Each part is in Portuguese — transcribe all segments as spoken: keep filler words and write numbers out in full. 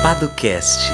Paducast.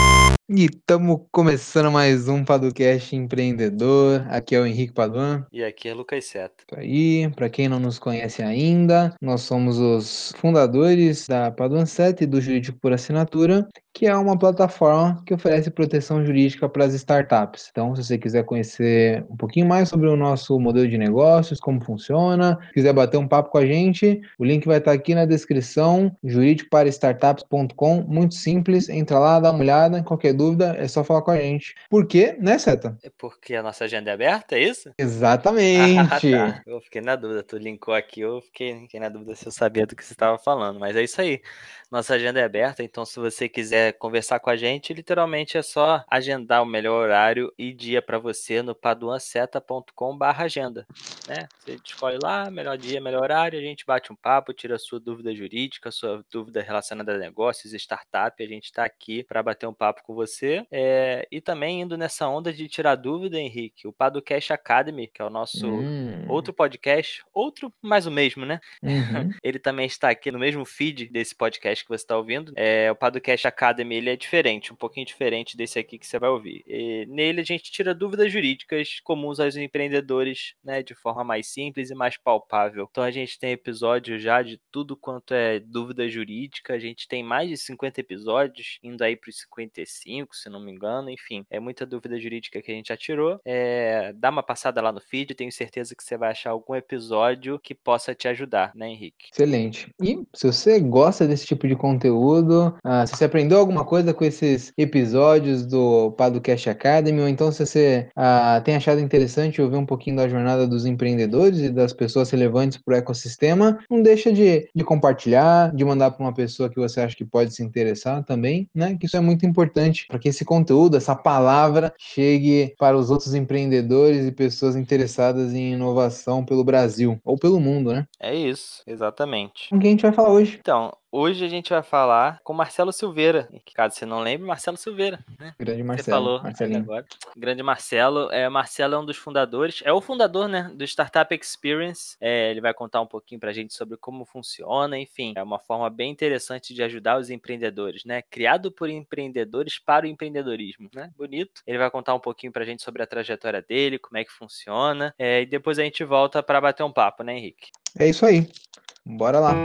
E estamos começando mais um Paducast Empreendedor. Aqui é o Henrique Paduan. E aqui é Lucas Seto. Isso aí, para quem não nos conhece ainda, nós somos os fundadores da Paduan Sete e do Jurídico por Assinatura, que é uma plataforma que oferece proteção jurídica para as startups. Então, se você quiser conhecer um pouquinho mais sobre o nosso modelo de negócios, como funciona, quiser bater um papo com a gente, o link vai estar aqui na descrição, jurídico para startups ponto com, muito simples, entra lá, dá uma olhada, qualquer dúvida é só falar com a gente. Por quê, né, Seta? É porque a nossa agenda é aberta, é isso? Exatamente! Ah, tá. Eu fiquei na dúvida, tu linkou aqui, eu fiquei, fiquei na dúvida se eu sabia do que você estava falando, mas é isso aí. Nossa agenda é aberta, então se você quiser conversar com a gente, literalmente é só agendar o melhor horário e dia para você no paduanseta ponto com barra agenda, né? Você escolhe lá, melhor dia, melhor horário, a gente bate um papo, tira a sua dúvida jurídica, sua dúvida relacionada a negócios, startup, a gente está aqui para bater um papo com você. É, e também indo nessa onda de tirar dúvida, Henrique, o Paducast Academy, que é o nosso Hum. outro podcast, outro mais o mesmo, né? Uhum. Ele também está aqui no mesmo feed desse podcast que você está ouvindo. É, o Paducast Academy, ele é diferente, um pouquinho diferente desse aqui que você vai ouvir. E nele a gente tira dúvidas jurídicas comuns aos empreendedores, né, de forma mais simples e mais palpável. Então a gente tem episódio já de tudo quanto é dúvida jurídica. A gente tem mais de cinquenta episódios, indo aí para os cinquenta e cinco, se não me engano. Enfim, é muita dúvida jurídica que a gente já tirou. É, dá uma passada lá no feed, tenho certeza que você vai achar algum episódio que possa te ajudar, né, Henrique? Excelente. E se você gosta desse tipo de conteúdo, ah, se você aprendeu alguma coisa com esses episódios do Paducast Academy, ou então se você ah, tem achado interessante ouvir um pouquinho da jornada dos empreendedores e das pessoas relevantes para o ecossistema, não deixa de, de compartilhar, de mandar para uma pessoa que você acha que pode se interessar também, né? Que isso é muito importante para que esse conteúdo, essa palavra, chegue para os outros empreendedores e pessoas interessadas em inovação pelo Brasil, ou pelo mundo, né? É isso, exatamente. Com quem a gente vai falar hoje? Então, hoje a gente vai falar com Marcelo Silveira. E caso você não lembre, Marcelo Silveira, né? Grande Você Marcelo, falou ainda Marcelinho. agora. Grande Marcelo. É, Marcelo é um dos fundadores, é o fundador, né, do Startup Experience. É, ele vai contar um pouquinho pra gente sobre como funciona, enfim. É uma forma bem interessante de ajudar os empreendedores, né? Criado por empreendedores para o empreendedorismo, né? Bonito. Ele vai contar um pouquinho pra gente sobre a trajetória dele, como é que funciona. É, e depois a gente volta pra bater um papo, né, Henrique? É isso aí. Bora lá.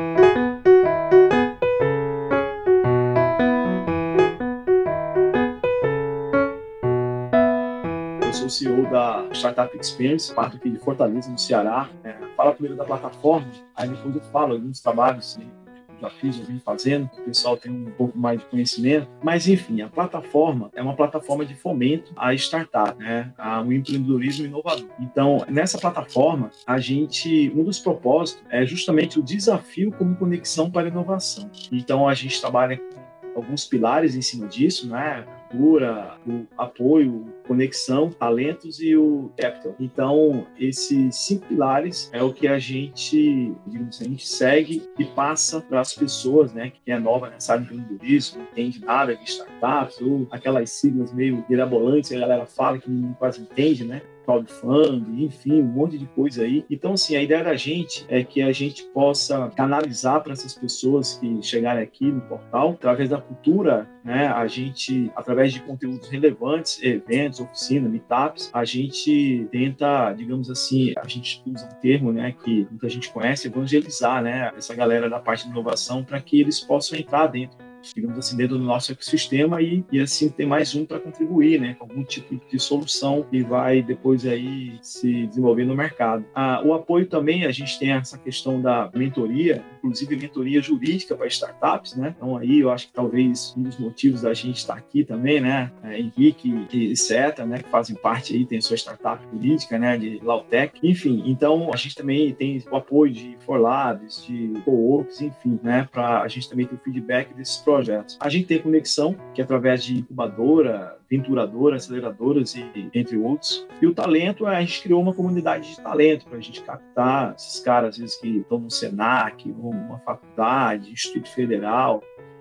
Eu sou o C E O da Startup Experience, parto aqui de Fortaleza, no Ceará. É, fala primeiro da plataforma, aí depois eu falo alguns trabalhos que eu já fiz, eu vim fazendo, o pessoal tem um pouco mais de conhecimento. Mas, enfim, a plataforma é uma plataforma de fomento à startup, né, ao empreendedorismo inovador. Então, nessa plataforma, a gente, um dos propósitos é justamente o desafio como conexão para a inovação. Então, a gente trabalha com alguns pilares em cima disso, né? Cultura, o apoio, conexão, talentos e o capital. Então, esses cinco pilares é o que a gente, digamos assim, a gente segue e passa para as pessoas, né? Que é nova nessa área de empreendedorismo, não entende nada de startups, ou aquelas siglas meio mirabolantes que a galera fala que ninguém quase entende, né? Crowdfunding, enfim, um monte de coisa aí. Então, assim, a ideia da gente é que a gente possa canalizar para essas pessoas que chegarem aqui no portal, através da cultura, né? A gente, através de conteúdos relevantes, eventos, oficinas, meetups, a gente tenta, digamos assim, a gente usa um termo, né, que muita gente conhece, evangelizar, né, essa galera da parte de inovação para que eles possam entrar dentro, digamos assim, dentro do nosso ecossistema e, e assim ter mais um para contribuir, né, com algum tipo de solução que vai depois aí se desenvolver no mercado. Ah, o apoio também, a gente tem essa questão da mentoria, inclusive mentoria jurídica para startups, né, então aí eu acho que talvez um dos motivos da gente estar aqui também, né, é, Henrique e Seta, né, que fazem parte aí, tem sua startup jurídica, né, de Lautec, enfim, então a gente também tem o apoio de Forlabs, de Coworks, enfim, né, para a gente também ter o feedback desses projetos. A gente tem conexão, que é através de incubadora, venturadora, aceleradoras e entre outros. E o talento, a gente criou uma comunidade de talento para a gente captar esses caras, às vezes, que estão no Senac, ou numa faculdade, Instituto Federal,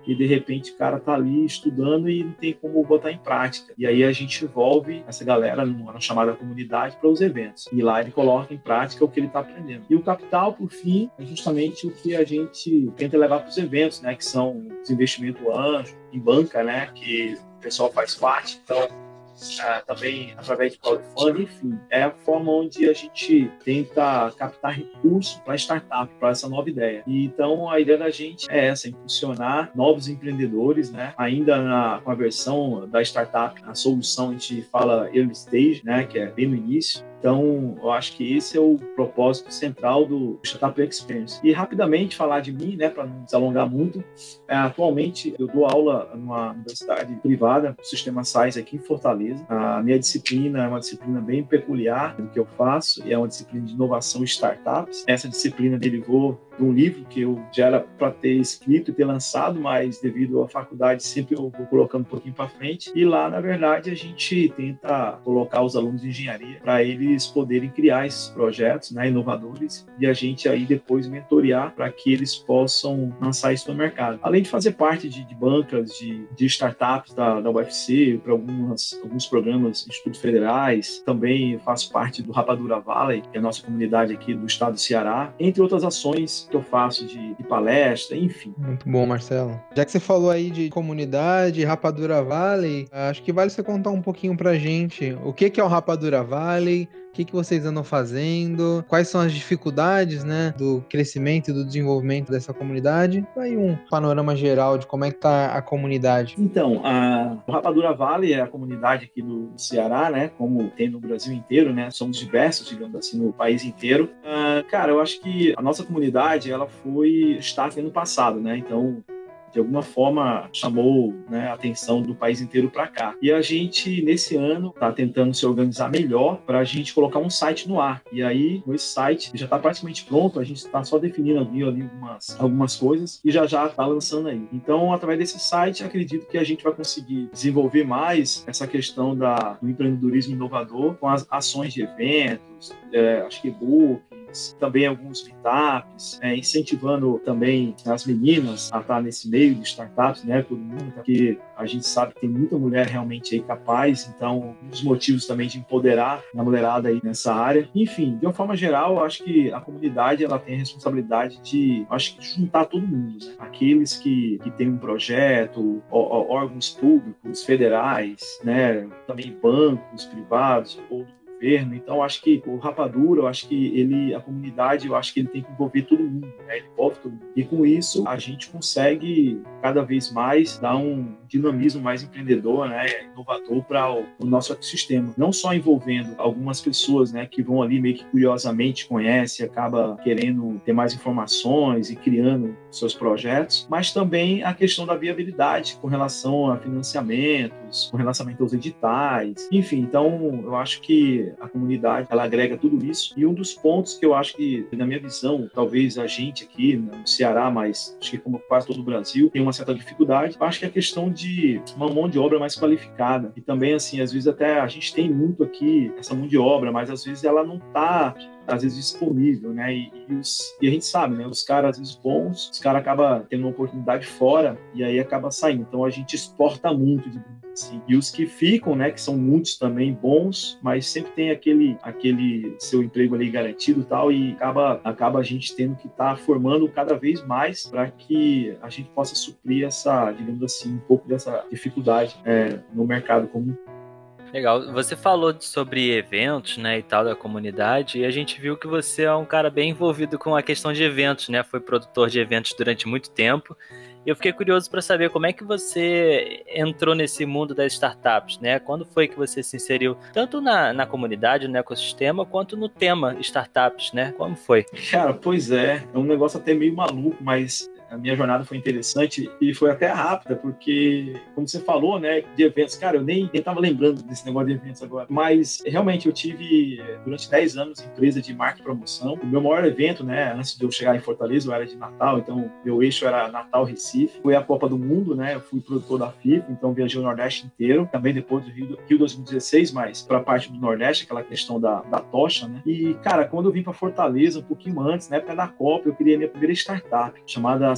e de repente o cara tá ali estudando e não tem como botar em prática. E aí a gente envolve essa galera numa chamada comunidade para os eventos. E lá ele coloca em prática o que ele está aprendendo. E o capital, por fim, é justamente o que a gente tenta levar para os eventos, né? Que são os investimentos anjo, em banca, né? Que o pessoal faz parte. Então, Ah, também através de crowdfunding, enfim, é a forma onde a gente tenta captar recursos para startup, para essa nova ideia. E, então, a ideia da gente é essa, impulsionar novos empreendedores, né? Ainda na, com a versão da startup, a solução a gente fala early stage, né? Que é bem no início. Então, eu acho que esse é o propósito central do Startup Experience. E rapidamente falar de mim, né, para não se alongar muito, é, atualmente eu dou aula numa universidade privada, o Sistema Science aqui em Fortaleza. A minha disciplina é uma disciplina bem peculiar do que eu faço, e é uma disciplina de inovação e startups. Essa disciplina derivou de um livro que eu já era para ter escrito e ter lançado, mas devido à faculdade sempre eu vou colocando um pouquinho para frente. E lá, na verdade, a gente tenta colocar os alunos de engenharia para eles poderem criar esses projetos, né, inovadores, e a gente aí depois mentorear para que eles possam lançar isso no mercado. Além de fazer parte de, de bancas, de, de startups da, da U F C, para algumas alguns programas, institutos federais, também faço parte do Rapadura Valley, que é a nossa comunidade aqui do estado do Ceará, entre outras ações que eu faço de, de palestra, enfim. Muito bom, Marcelo. Já que você falou aí de comunidade, Rapadura Valley, acho que vale você contar um pouquinho pra gente o que que é o Rapadura Valley, o que que vocês andam fazendo, quais são as dificuldades, né, do crescimento e do desenvolvimento dessa comunidade. Aí um panorama geral de como é que tá a comunidade. Então, a o Rapadura Valley é a comunidade aqui do Ceará, né, como tem no Brasil inteiro, né, somos diversos, digamos assim, no país inteiro. Uh, cara, eu acho que a nossa comunidade, ela foi destaque ano passado, né, então de alguma forma chamou, né, a atenção do país inteiro para cá. E a gente, nesse ano, está tentando se organizar melhor para a gente colocar um site no ar. E aí, esse site já está praticamente pronto, a gente está só definindo ali, ali algumas, algumas coisas e já já está lançando aí. Então, através desse site, acredito que a gente vai conseguir desenvolver mais essa questão da, do empreendedorismo inovador com as ações de eventos, é, acho que e-book, também alguns meetups, é, incentivando também as meninas a estar nesse meio de startups, né, todo mundo, porque a gente sabe que tem muita mulher realmente aí capaz, então um dos motivos também de empoderar a mulherada aí nessa área. Enfim, de uma forma geral, eu acho que a comunidade ela tem a responsabilidade de, acho que juntar todo mundo, né? Aqueles que, que têm um projeto, ó, órgãos públicos, federais, né, também bancos privados ou governo. Então, acho que o Rapadura, eu acho que ele, a comunidade, eu acho que ele tem que envolver todo mundo, né? Ele envolve todo mundo. E com isso, a gente consegue cada vez mais dar um dinamismo mais empreendedor, né? Inovador para o, o nosso ecossistema. Não só envolvendo algumas pessoas, né? Que vão ali meio que curiosamente conhecem, acaba querendo ter mais informações e criando seus projetos, mas também a questão da viabilidade com relação a financiamentos, com relação aos editais, enfim. Então, eu acho que a comunidade, ela agrega tudo isso. E um dos pontos que eu acho que, na minha visão, talvez a gente aqui no Ceará, mas acho que como quase todo o Brasil, tem uma certa dificuldade, eu acho que é a questão de uma mão de obra mais qualificada. E também, assim, às vezes até a gente tem muito aqui essa mão de obra, mas às vezes ela não está às vezes disponível, né? E, e, os, e a gente sabe, né? Os caras, às vezes, bons, os caras acabam tendo uma oportunidade fora e aí acaba saindo. Então, a gente exporta muito, digamos assim. E os que ficam, né? Que são muitos também bons, mas sempre tem aquele, aquele seu emprego ali garantido e tal, e acaba, acaba a gente tendo que estar tá formando cada vez mais para que a gente possa suprir essa, digamos assim, um pouco dessa dificuldade é, no mercado como Legal. Você falou sobre eventos, né, e tal da comunidade, e a gente viu que você é um cara bem envolvido com a questão de eventos, né? Foi produtor de eventos durante muito tempo. E eu fiquei curioso para saber como é que você entrou nesse mundo das startups, né? Quando foi que você se inseriu tanto na, na comunidade, no ecossistema, quanto no tema startups, né? Como foi? Cara, pois é. É um negócio até meio maluco, mas a minha jornada foi interessante e foi até rápida, porque, como você falou, né, de eventos, cara, eu nem estava lembrando desse negócio de eventos agora, mas realmente eu tive, durante dez anos, empresa de marketing e promoção. O meu maior evento, né, antes de eu chegar em Fortaleza, eu era de Natal, então meu eixo era Natal-Recife. Foi a Copa do Mundo, né, eu fui produtor da FIFA, então viajei o Nordeste inteiro, também depois do Rio, Rio dois mil e dezesseis, mas para a parte do Nordeste, aquela questão da, da tocha, né, e, cara, quando eu vim para Fortaleza, um pouquinho antes, na época da Copa, eu criei a minha primeira startup, chamada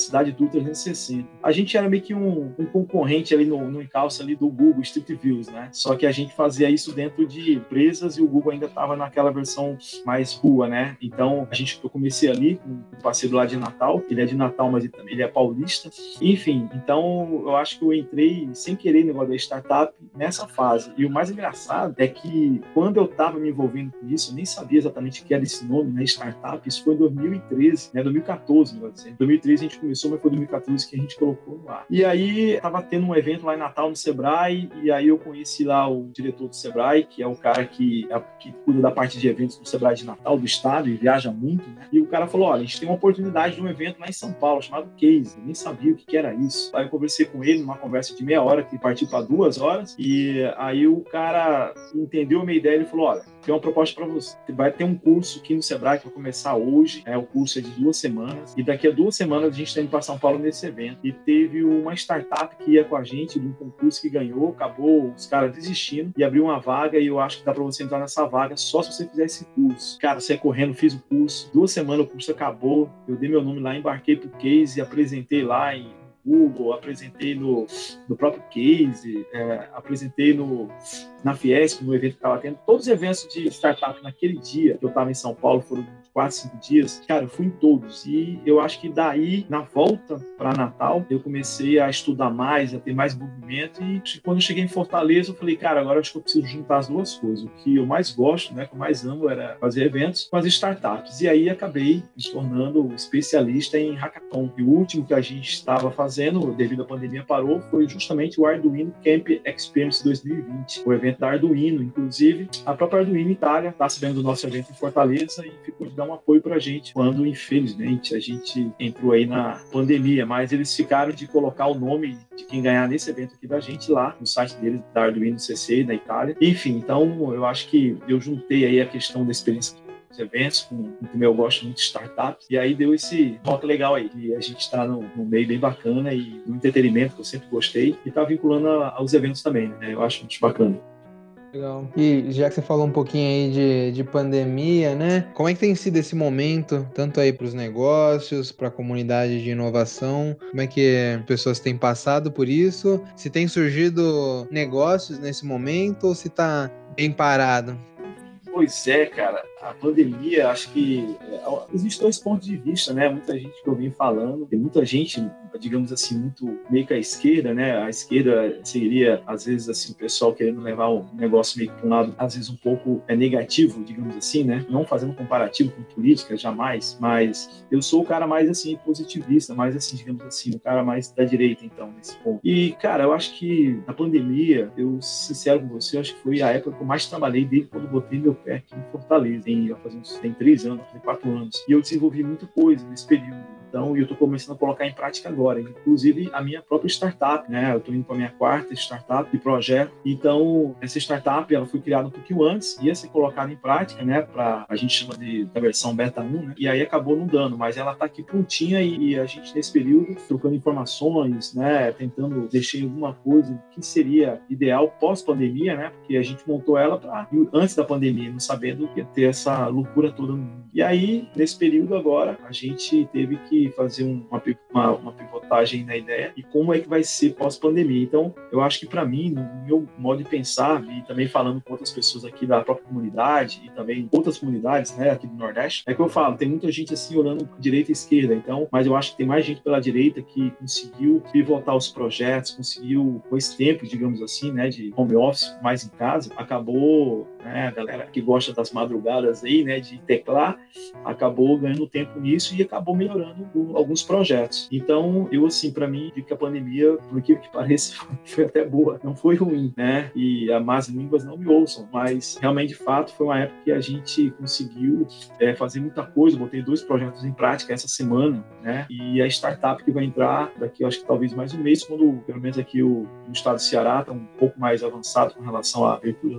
Cidade Tour trezentos e sessenta. A gente era meio que um, um concorrente ali no, no encalço ali do Google Street Views, né? Só que a gente fazia isso dentro de empresas e o Google ainda estava naquela versão mais rua, né? Então, a gente, eu comecei ali com um parceiro lá de Natal, ele é de Natal, mas ele, ele é paulista. Enfim, então eu acho que eu entrei sem querer no negócio da startup nessa fase. E o mais engraçado é que quando eu estava me envolvendo com isso, eu nem sabia exatamente o que era esse nome, né? Startup. Isso foi em dois mil e treze, né? dois mil e quatorze, melhor dizer. Em dois mil e treze a gente começou, mas foi em dois mil e quatorze que a gente colocou no ar. E aí, estava tendo um evento lá em Natal, no Sebrae, e aí eu conheci lá o diretor do Sebrae, que é o cara que, é, que cuida da parte de eventos do Sebrae de Natal, do estado, e viaja muito, né? E o cara falou, olha, a gente tem uma oportunidade de um evento lá em São Paulo, chamado Case. Eu nem sabia o que, que era isso. Aí eu conversei com ele numa conversa de meia hora, que partiu para duas horas, e aí o cara entendeu a minha ideia e falou, olha, tem uma proposta para você. Vai ter um curso aqui no Sebrae que vai começar hoje, é, o curso é de duas semanas, e daqui a duas semanas a gente está indo para São Paulo nesse evento. E teve uma startup que ia com a gente, de um concurso que ganhou, acabou os caras desistindo, e abriu uma vaga, e eu acho que dá para você entrar nessa vaga só se você fizer esse curso. Cara, saí correndo, fiz o curso, duas semanas o curso acabou, eu dei meu nome lá, embarquei pro Case, apresentei lá em Google, apresentei no, no próprio Case, é, apresentei no, na Fiesp, no evento que estava tendo. Todos os eventos de startup naquele dia que eu estava em São Paulo, foram quatro, cinco dias, cara, eu fui em todos. E eu acho que daí, na volta para Natal, eu comecei a estudar mais, a ter mais movimento. E quando eu cheguei em Fortaleza, eu falei, cara, agora eu acho que eu preciso juntar as duas coisas. O que eu mais gosto, né, que eu mais amo, era fazer eventos, fazer startups. E aí acabei me tornando especialista em hackathon. E o último que a gente estava fazendo fazendo, devido à pandemia parou, foi justamente o Arduino Camp Experience dois mil e vinte, o evento da Arduino. Inclusive, a própria Arduino Itália está sabendo do nosso evento em Fortaleza e ficou de dar um apoio para a gente, quando, infelizmente, a gente entrou aí na pandemia, mas eles ficaram de colocar o nome de quem ganhar nesse evento aqui da gente lá, no site deles, da Arduino C C, da Itália. Enfim, então, eu acho que eu juntei aí a questão da experiência eventos, com, com eu gosto muito de startups, e aí deu esse toque legal aí, e a gente está no, no meio bem bacana e no entretenimento, que eu sempre gostei, e está vinculando a, aos eventos também, né? Eu acho muito bacana. Legal. E já que você falou um pouquinho aí de, de pandemia, né? Como é que tem sido esse momento, tanto aí para os negócios, para a comunidade de inovação? Como é que as pessoas têm passado por isso? Se tem surgido negócios nesse momento ou se está bem parado? Pois é, cara, a pandemia, acho que é, existem dois pontos de vista, né? Muita gente que eu vim falando, tem muita gente, digamos assim, muito meio que à esquerda, né? A esquerda seria, às vezes, assim, o pessoal querendo levar o negócio meio que para um lado, às vezes, um pouco é, negativo, digamos assim, né? Não fazendo comparativo com política, jamais, mas eu sou o cara mais, assim, positivista, mais, assim, digamos assim, o cara mais da direita, então, nesse ponto. E, cara, eu acho que na pandemia, eu, sincero com você, eu acho que foi a época que eu mais trabalhei desde quando eu botei meu pé aqui em Fortaleza. Tem, vai fazer uns, tem três anos, vai fazer quatro anos. E eu desenvolvi muita coisa nesse período. Então, eu estou começando a colocar em prática agora. Inclusive, a minha própria startup, né? Eu estou indo para a minha quarta startup de projeto. Então, essa startup, ela foi criada um pouquinho antes, ia ser colocada em prática, né? Pra, a gente chama de da versão beta um, né? E aí acabou não dando, mas ela está aqui prontinha e, e a gente, nesse período, trocando informações, né? Tentando deixar alguma coisa que seria ideal pós-pandemia, né? Porque a gente montou ela para antes da pandemia, não sabendo que ia ter essa loucura toda no mundo. E aí, nesse período agora, a gente teve que fazer uma, uma, uma pivotagem na ideia e como é que vai ser pós-pandemia. Então, eu acho que para mim, no meu modo de pensar, e também falando com outras pessoas aqui da própria comunidade e também outras comunidades, né, aqui do Nordeste, é que eu falo, tem muita gente assim olhando para direita e esquerda, então, mas eu acho que tem mais gente pela direita que conseguiu pivotar os projetos, conseguiu, com esse tempo, digamos assim, né, de home office, mais em casa, acabou, né, a galera que gosta das madrugadas aí, né, de teclar, acabou ganhando tempo nisso e acabou melhorando alguns projetos. Então, eu, assim, para mim, digo que a pandemia, por que que pareça, foi até boa, não foi ruim, né? E as más línguas não me ouçam, mas realmente, de fato, foi uma época que a gente conseguiu é, fazer muita coisa. Botei dois projetos em prática essa semana, né? E a startup que vai entrar daqui, eu acho que talvez mais um mês, quando, pelo menos aqui, o, o estado do Ceará está um pouco mais avançado com relação à abertura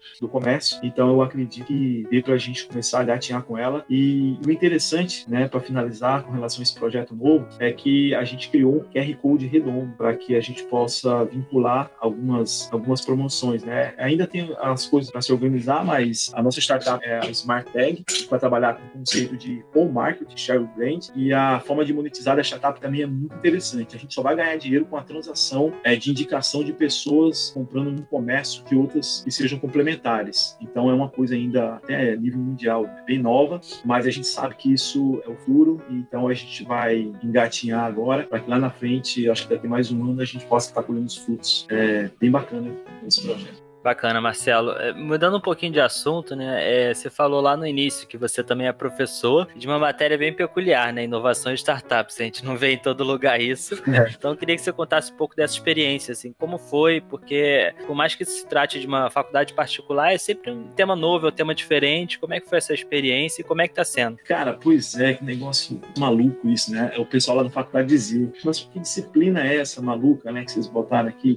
do comércio. Então eu acredito que veio para a gente começar a gatinhar com ela. E o interessante, né, para finalizar com relação a esse projeto novo, é que a gente criou um Q R Code redondo para que a gente possa vincular algumas, algumas promoções, né? Ainda tem as coisas para se organizar, mas a nossa startup é a Smart Tag, que vai trabalhar com o conceito de home market, share brand, e a forma de monetizar da startup também é muito interessante. A gente só vai ganhar dinheiro com a transação é, de indicação de pessoas comprando no comércio de outras que sejam complementares. Então é uma coisa ainda até nível mundial bem nova, mas a gente sabe que isso é o futuro, então a gente vai engatinhar agora para que lá na frente, acho que daqui a mais um ano, a gente possa estar colhendo os frutos. É bem bacana esse projeto. Bacana, Marcelo. É, mudando um pouquinho de assunto, né? É, você falou lá no início que você também é professor de uma matéria bem peculiar, né? Inovação e startups. A gente não vê em todo lugar isso. É. Então, eu queria que você contasse um pouco dessa experiência, assim, como foi, porque por mais que se trate de uma faculdade particular, é sempre um tema novo, é um tema diferente. Como é que foi essa experiência e como é que tá sendo? Cara, pois é, que negócio maluco isso, né? O pessoal lá da faculdade dizia, mas que disciplina é essa maluca, né, que vocês botaram aqui?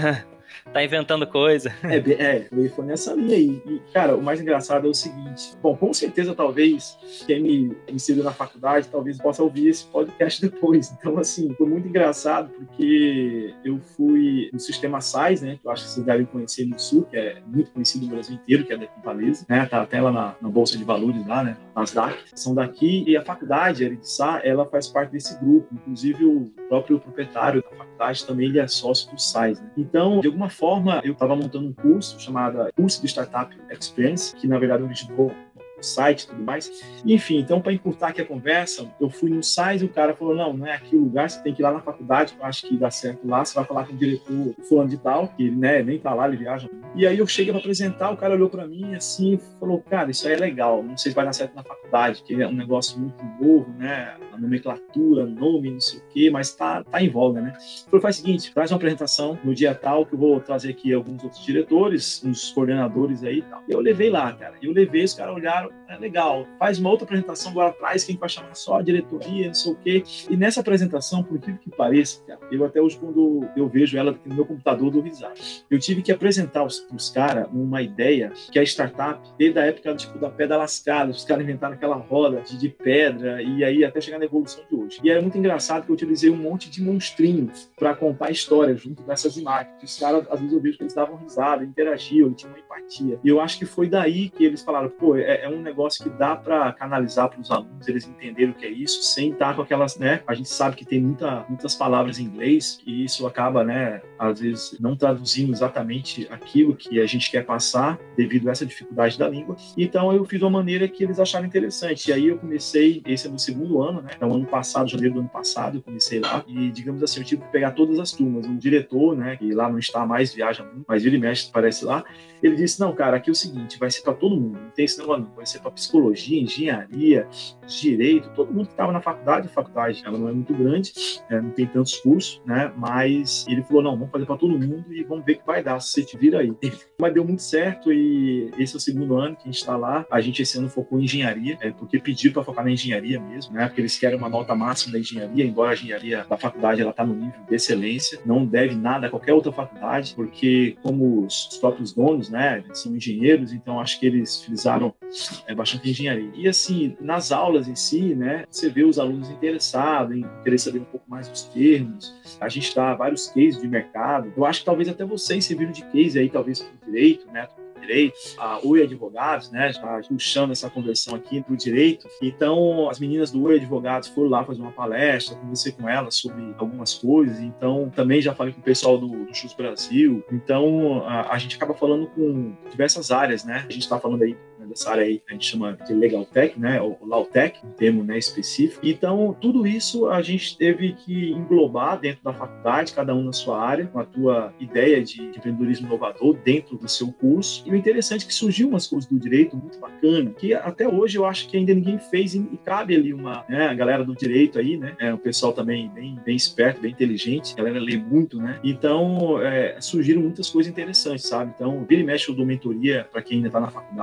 Tá inventando coisa. É, é, foi nessa linha aí. E, cara, o mais engraçado é o seguinte. Bom, com certeza, talvez, quem me inseriu na faculdade, talvez possa ouvir esse podcast depois. Então, assim, foi muito engraçado, porque eu fui no Sistema SAIS, né, que eu acho que vocês devem conhecer no Sul, que é muito conhecido no Brasil inteiro, que é daqui de Valesa, né, tá até lá na, na Bolsa de Valores, lá, né, Nasdaq, são daqui, e a faculdade, a Eredissá, ela faz parte desse grupo. Inclusive, o próprio proprietário da faculdade também, ele é sócio do SAIS, né. Então, de alguma forma, eu estava montando um curso chamado Curso de Startup Experience, que na verdade originou o site e tudo mais. Enfim, então, para encurtar aqui a conversa, eu fui no site e o cara falou, não, não é aqui o lugar, você tem que ir lá na faculdade, eu acho que dá certo lá, você vai falar com o diretor fulano de tal, que né, nem tá lá, ele viaja. E aí eu cheguei para apresentar, o cara olhou para mim assim, falou, cara, isso aí é legal, não sei se vai dar certo na faculdade, que é um negócio muito novo, né, a nomenclatura, nome, não sei o quê, mas tá, tá em voga, né. Ele falou, faz o seguinte, traz uma apresentação no dia tal, que eu vou trazer aqui alguns outros diretores, uns coordenadores aí e tal. E eu levei lá, cara, eu levei, os caras olharam, é legal, faz uma outra apresentação agora atrás, que a gente vai chamar só a diretoria, não sei o quê. E nessa apresentação, por incrível que pareça, cara, eu até hoje, quando eu vejo ela aqui no meu computador, eu dou risada. Eu tive que apresentar os, os caras uma ideia que a startup, desde a época tipo, da pedra lascada, os caras inventaram aquela roda de, de pedra, e aí até chegar na evolução de hoje. E era muito engraçado que eu utilizei um monte de monstrinhos para contar histórias junto dessas imagens. Os caras, às vezes eu vejo que eles davam risada, interagiam, eles tinham uma empatia. E eu acho que foi daí que eles falaram, pô, é, é um negócio que dá para canalizar para os alunos, eles entenderem o que é isso, sem estar com aquelas, né? A gente sabe que tem muita, muitas palavras em inglês e isso acaba, né? Às vezes não traduzindo exatamente aquilo que a gente quer passar devido a essa dificuldade da língua. Então eu fiz uma maneira que eles acharam interessante. E aí eu comecei, esse é o meu segundo ano, né? Então ano passado, janeiro do ano passado, eu comecei lá e, digamos assim, eu tive que pegar todas as turmas. O diretor, né? Que lá não está mais, viaja muito, mas ele mexe, parece lá. Ele disse, não, cara, aqui é o seguinte, vai ser para todo mundo, não tem esse negócio não, vai ser para psicologia, engenharia, direito, todo mundo que estava na faculdade, a faculdade ela não é muito grande, é, não tem tantos cursos, né, mas ele falou, não, vamos fazer para todo mundo e vamos ver o que vai dar, se você te vira aí. Mas deu muito certo e esse é o segundo ano que a gente está lá, a gente esse ano focou em engenharia, é, porque pediu para focar na engenharia mesmo, né, porque eles querem uma nota máxima da engenharia, embora a engenharia da faculdade ela está no nível de excelência, não deve nada a qualquer outra faculdade, porque como os, os próprios donos, né, eles são engenheiros, então acho que eles frisaram é, bastante engenharia. E assim, nas aulas em si, né, você vê os alunos interessados em querer saber um pouco mais dos termos, a gente dá vários cases de mercado, eu acho que talvez até vocês serviram de case aí, talvez para o direito, né, direito, a Oi Advogados, né, já puxando essa conversão aqui para o direito. Então, as meninas do Oi Advogados foram lá fazer uma palestra, conversei com elas sobre algumas coisas, então também já falei com o pessoal do, do Chus Brasil. Então, a, a gente acaba falando com diversas áreas, né, a gente está falando aí dessa área aí, a gente chama de Legal Tech, né, ou Law Tech, um termo, né, específico. Então, tudo isso a gente teve que englobar dentro da faculdade, cada um na sua área, com a tua ideia de, de empreendedorismo inovador dentro do seu curso. E o interessante é que surgiu umas coisas do direito muito bacana, que até hoje eu acho que ainda ninguém fez e, e cabe ali uma, né, a galera do direito aí, né, é um pessoal também bem, bem esperto, bem inteligente, a galera lê muito, né, então é, surgiram muitas coisas interessantes, sabe? Então, vira e mexe eu dou mentoria para quem ainda está na faculdade.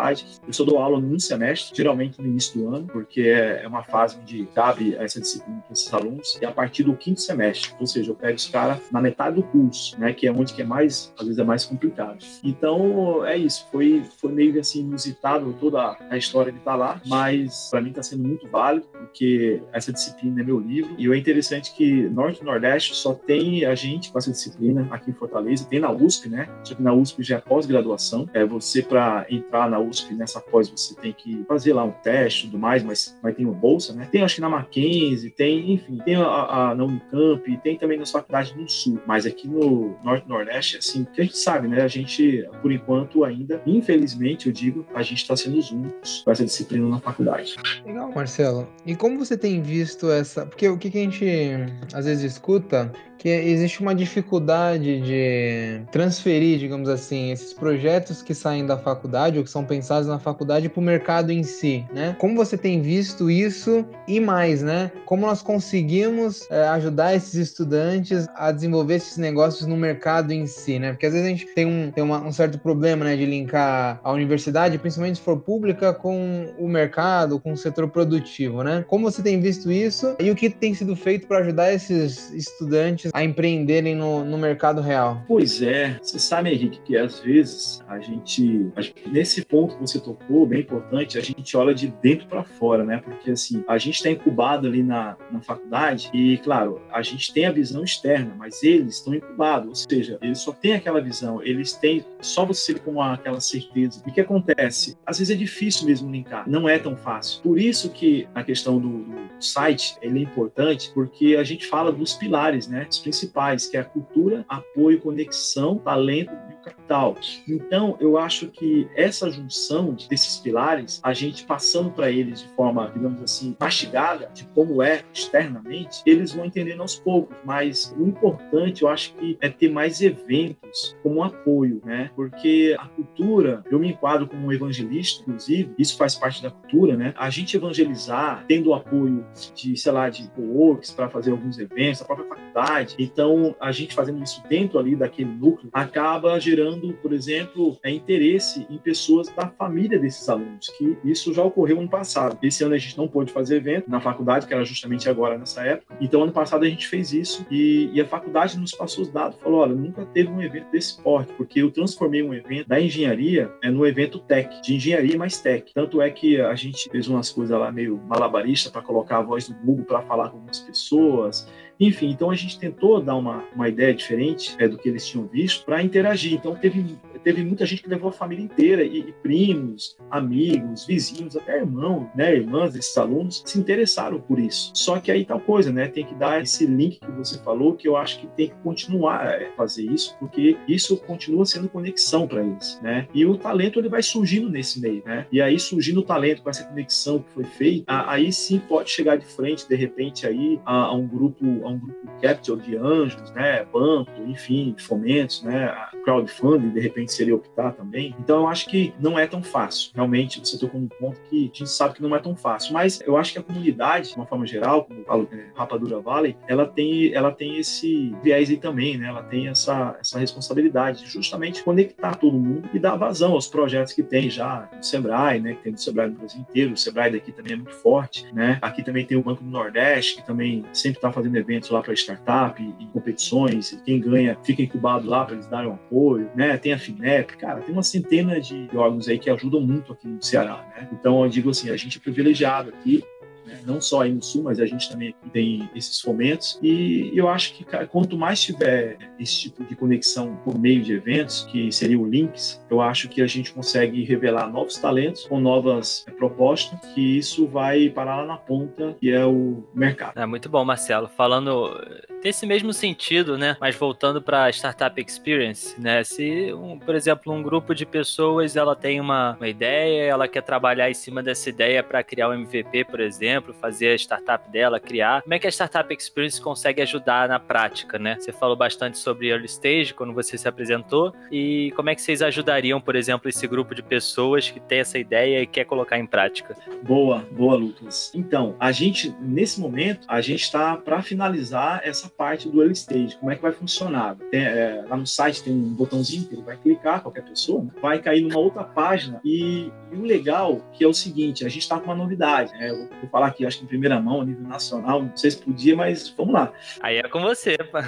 Eu só dou aula num semestre, geralmente no início do ano, porque é uma fase onde cabe essa disciplina para esses alunos, e a partir do quinto semestre, ou seja, eu pego os caras na metade do curso, né, que é onde que é mais, às vezes é mais complicado. Então, é isso, foi, foi meio assim inusitado toda a história de estar lá, mas para mim está sendo muito válido, porque essa disciplina é meu livro, e o interessante é que Norte e Nordeste só tem a gente com essa disciplina aqui em Fortaleza, tem na U S P, né, só que na U S P já é pós-graduação, é você para entrar na U S P, nessa pós, você tem que fazer lá um teste e tudo mais, mas, mas tem uma bolsa, né, tem acho que na Mackenzie, tem, enfim, tem a, a, na Unicamp, tem também nas faculdades no Sul, mas aqui no Norte e Nordeste, assim, que a gente sabe, né, a gente, por enquanto ainda, infelizmente, eu digo, a gente está sendo os únicos com essa disciplina na faculdade. Legal, Marcelo. E como você tem visto essa... Porque o que que a gente às vezes escuta, que existe uma dificuldade de transferir, digamos assim, esses projetos que saem da faculdade ou que são pensados na faculdade para o mercado em si, né? Como você tem visto isso e mais, né? Como nós conseguimos é, ajudar esses estudantes a desenvolver esses negócios no mercado em si, né? Porque às vezes a gente tem um, tem uma, um certo problema, né, de linkar a universidade, principalmente se for pública, com o mercado, com o setor produtivo, né? Como você tem visto isso e o que tem sido feito para ajudar esses estudantes a empreenderem no, no mercado real? Pois é, você sabe, Henrique, que às vezes a gente, a gente, nesse ponto que você tocou, bem importante, a gente olha de dentro para fora, né? Porque assim, a gente está incubado ali na, na faculdade e, claro, a gente tem a visão externa, mas eles estão incubados, ou seja, eles só têm aquela visão, eles têm só você com aquela certeza. E o que acontece? Às vezes é difícil mesmo linkar, não é tão fácil. Por isso que a questão do, do site, ele é importante, porque a gente fala dos pilares, né? Os principais, que é a cultura, apoio, conexão, talento e o capital. Então, eu acho que essa junção desses pilares, a gente passando para eles de forma, digamos assim, mastigada, de como é externamente, eles vão entendendo aos poucos. Mas o importante, eu acho que é ter mais eventos como apoio, né? Porque a cultura, eu me enquadro como um evangelista, inclusive, isso faz parte da cultura, né? A gente evangelizar, tendo o apoio de, sei lá, de co-works para fazer alguns eventos, a própria faculdade. Então, a gente fazendo isso dentro ali daquele núcleo, acaba gerando, por exemplo, é, interesse em pessoas da família desses alunos, que isso já ocorreu ano passado. Esse ano a gente não pôde fazer evento na faculdade, que era justamente agora nessa época. Então, ano passado a gente fez isso e, e a faculdade nos passou os dados, falou, olha, nunca teve um evento desse porte, porque eu transformei um evento da engenharia é, no evento tech, de engenharia mais tech. Tanto é que a gente fez umas coisas lá meio malabarista para colocar a voz do Google para falar com algumas pessoas. Enfim, então a gente tentou dar uma, uma ideia diferente é, do que eles tinham visto para interagir. Então teve, teve muita gente que levou a família inteira, e, e primos, amigos, vizinhos, até irmãos, né, irmãs desses alunos se interessaram por isso. Só que aí tal coisa, né, tem que dar esse link que você falou, que eu acho que tem que continuar a fazer isso, porque isso continua sendo conexão para eles, né? E o talento ele vai surgindo nesse meio, né? E aí surgindo o talento com essa conexão que foi feita, aí sim pode chegar de frente, de repente aí a, a um grupo um grupo capital de anjos, né, banco, enfim, fomentos, né, crowdfunding, de repente seria optar também. Então eu acho que não é tão fácil. Realmente você tocou num ponto que a gente sabe que não é tão fácil, mas eu acho que a comunidade, de uma forma geral, como eu falo, é, Rapadura Valley, ela tem, ela tem esse viés aí também, né, ela tem essa, essa responsabilidade de justamente conectar todo mundo e dar vazão aos projetos que tem já no Sebrae, né, que tem no Sebrae no Brasil inteiro. O Sebrae daqui também é muito forte, né, aqui também tem o Banco do Nordeste, que também sempre está fazendo eventos lá para startup e, e competições, e quem ganha fica incubado lá para eles darem um apoio, né? Tem a FINEP, cara, tem uma centena de órgãos aí que ajudam muito aqui no Ceará, né? Então eu digo assim, a gente é privilegiado aqui, não só aí no Sul, mas a gente também aqui tem esses fomentos, e eu acho que, cara, quanto mais tiver esse tipo de conexão por meio de eventos, que seriam links, eu acho que a gente consegue revelar novos talentos com novas é, propostas, que isso vai parar lá na ponta, que é o mercado. É muito bom, Marcelo. Falando desse mesmo sentido, né, mas voltando para a Startup Experience, né, se, um, por exemplo, um grupo de pessoas, ela tem uma, uma ideia, ela quer trabalhar em cima dessa ideia para criar um M V P, por exemplo, fazer a startup dela, criar. Como é que a Startup Experience consegue ajudar na prática, né? Você falou bastante sobre early stage quando você se apresentou, e como é que vocês ajudariam, por exemplo, esse grupo de pessoas que tem essa ideia e quer colocar em prática? Boa, boa, Lucas. Então, a gente, nesse momento, a gente está para finalizar essa parte do early stage. Como é que vai funcionar? Tem, é, lá no site tem um botãozinho que ele vai clicar, qualquer pessoa, né? Vai cair numa outra página e, e o legal que é o seguinte, a gente está com uma novidade, né? Eu vou, vou falar aqui, acho que em primeira mão, a nível nacional, não sei se podia, mas vamos lá. Aí é com você, pá.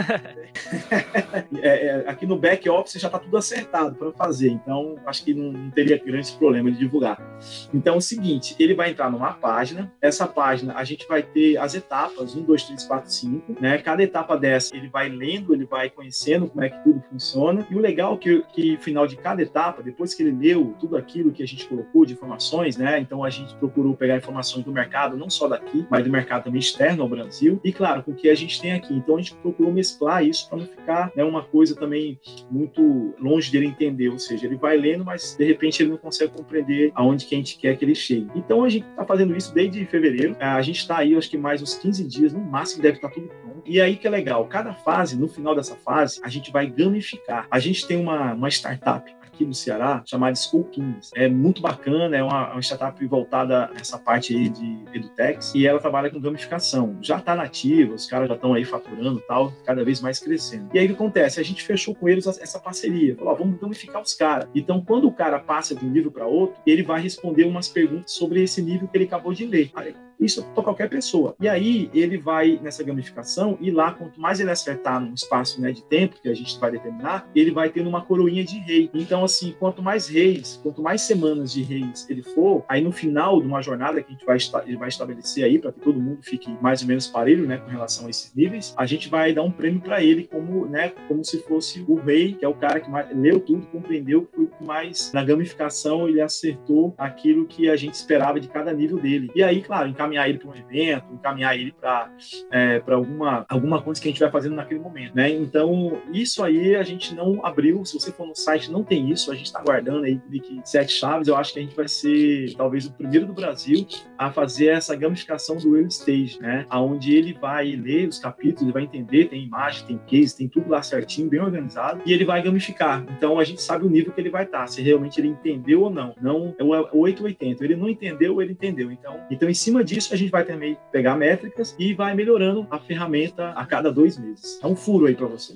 é, é, aqui no back office já está tudo acertado para fazer, então acho que não, não teria grandes problemas de divulgar. Então é o seguinte, ele vai entrar numa página, essa página a gente vai ter as etapas, um, dois, três, quatro, cinco, né? Cada etapa dessa ele vai lendo, ele vai conhecendo como é que tudo funciona, e o legal é que, que no final de cada etapa, depois que ele leu tudo aquilo que a gente colocou de informações, né? Então a gente procurou pegar informações do mercado, não só daqui, mas do mercado também externo ao Brasil, e claro, com o que a gente tem aqui. Então a gente procurou mesclar isso para não ficar, né, uma coisa também muito longe dele entender, ou seja, ele vai lendo, mas de repente ele não consegue compreender aonde que a gente quer que ele chegue. Então a gente está fazendo isso desde fevereiro, a gente está aí, acho que mais uns quinze dias, no máximo deve estar tudo pronto. E aí que é legal, cada fase, no final dessa fase, a gente vai gamificar. A gente tem uma, uma startup aqui no Ceará, chamada School Kings. É muito bacana, é uma, uma startup voltada nessa parte aí de edutechs, e ela trabalha com gamificação. Já está nativa, os caras já estão aí faturando e tal, cada vez mais crescendo. E aí o que acontece? A gente fechou com eles essa parceria. Falou, ó, vamos gamificar os caras. Então, quando o cara passa de um nível para outro, ele vai responder umas perguntas sobre esse nível que ele acabou de ler. Isso para qualquer pessoa. E aí ele vai nessa gamificação e lá, quanto mais ele acertar num espaço, né, de tempo que a gente vai determinar, ele vai tendo uma coroinha de rei. Então, assim, quanto mais reis, quanto mais semanas de reis ele for, aí no final de uma jornada que a gente vai, ele vai estabelecer aí para que todo mundo fique mais ou menos parelho, né, com relação a esses níveis, a gente vai dar um prêmio para ele como, né, como se fosse o rei, que é o cara que mais leu tudo, compreendeu, foi o que mais na gamificação ele acertou aquilo que a gente esperava de cada nível dele. E aí, claro, encaminhar ele para um evento, encaminhar ele para é, para alguma, alguma coisa que a gente vai fazendo naquele momento, né? Então, isso aí a gente não abriu, se você for no site, não tem isso, a gente está guardando aí de sete chaves, eu acho que a gente vai ser talvez o primeiro do Brasil a fazer essa gamificação do early stage, né? Onde ele vai ler os capítulos, ele vai entender, tem imagem, tem case, tem tudo lá certinho, bem organizado, e ele vai gamificar. Então, a gente sabe o nível que ele vai estar, se realmente ele entendeu ou não. Não é o oito ou oitenta, ele não entendeu, ele entendeu. Então, então em cima disso, a gente vai também pegar métricas e vai melhorando a ferramenta a cada dois meses. É um furo aí para vocês.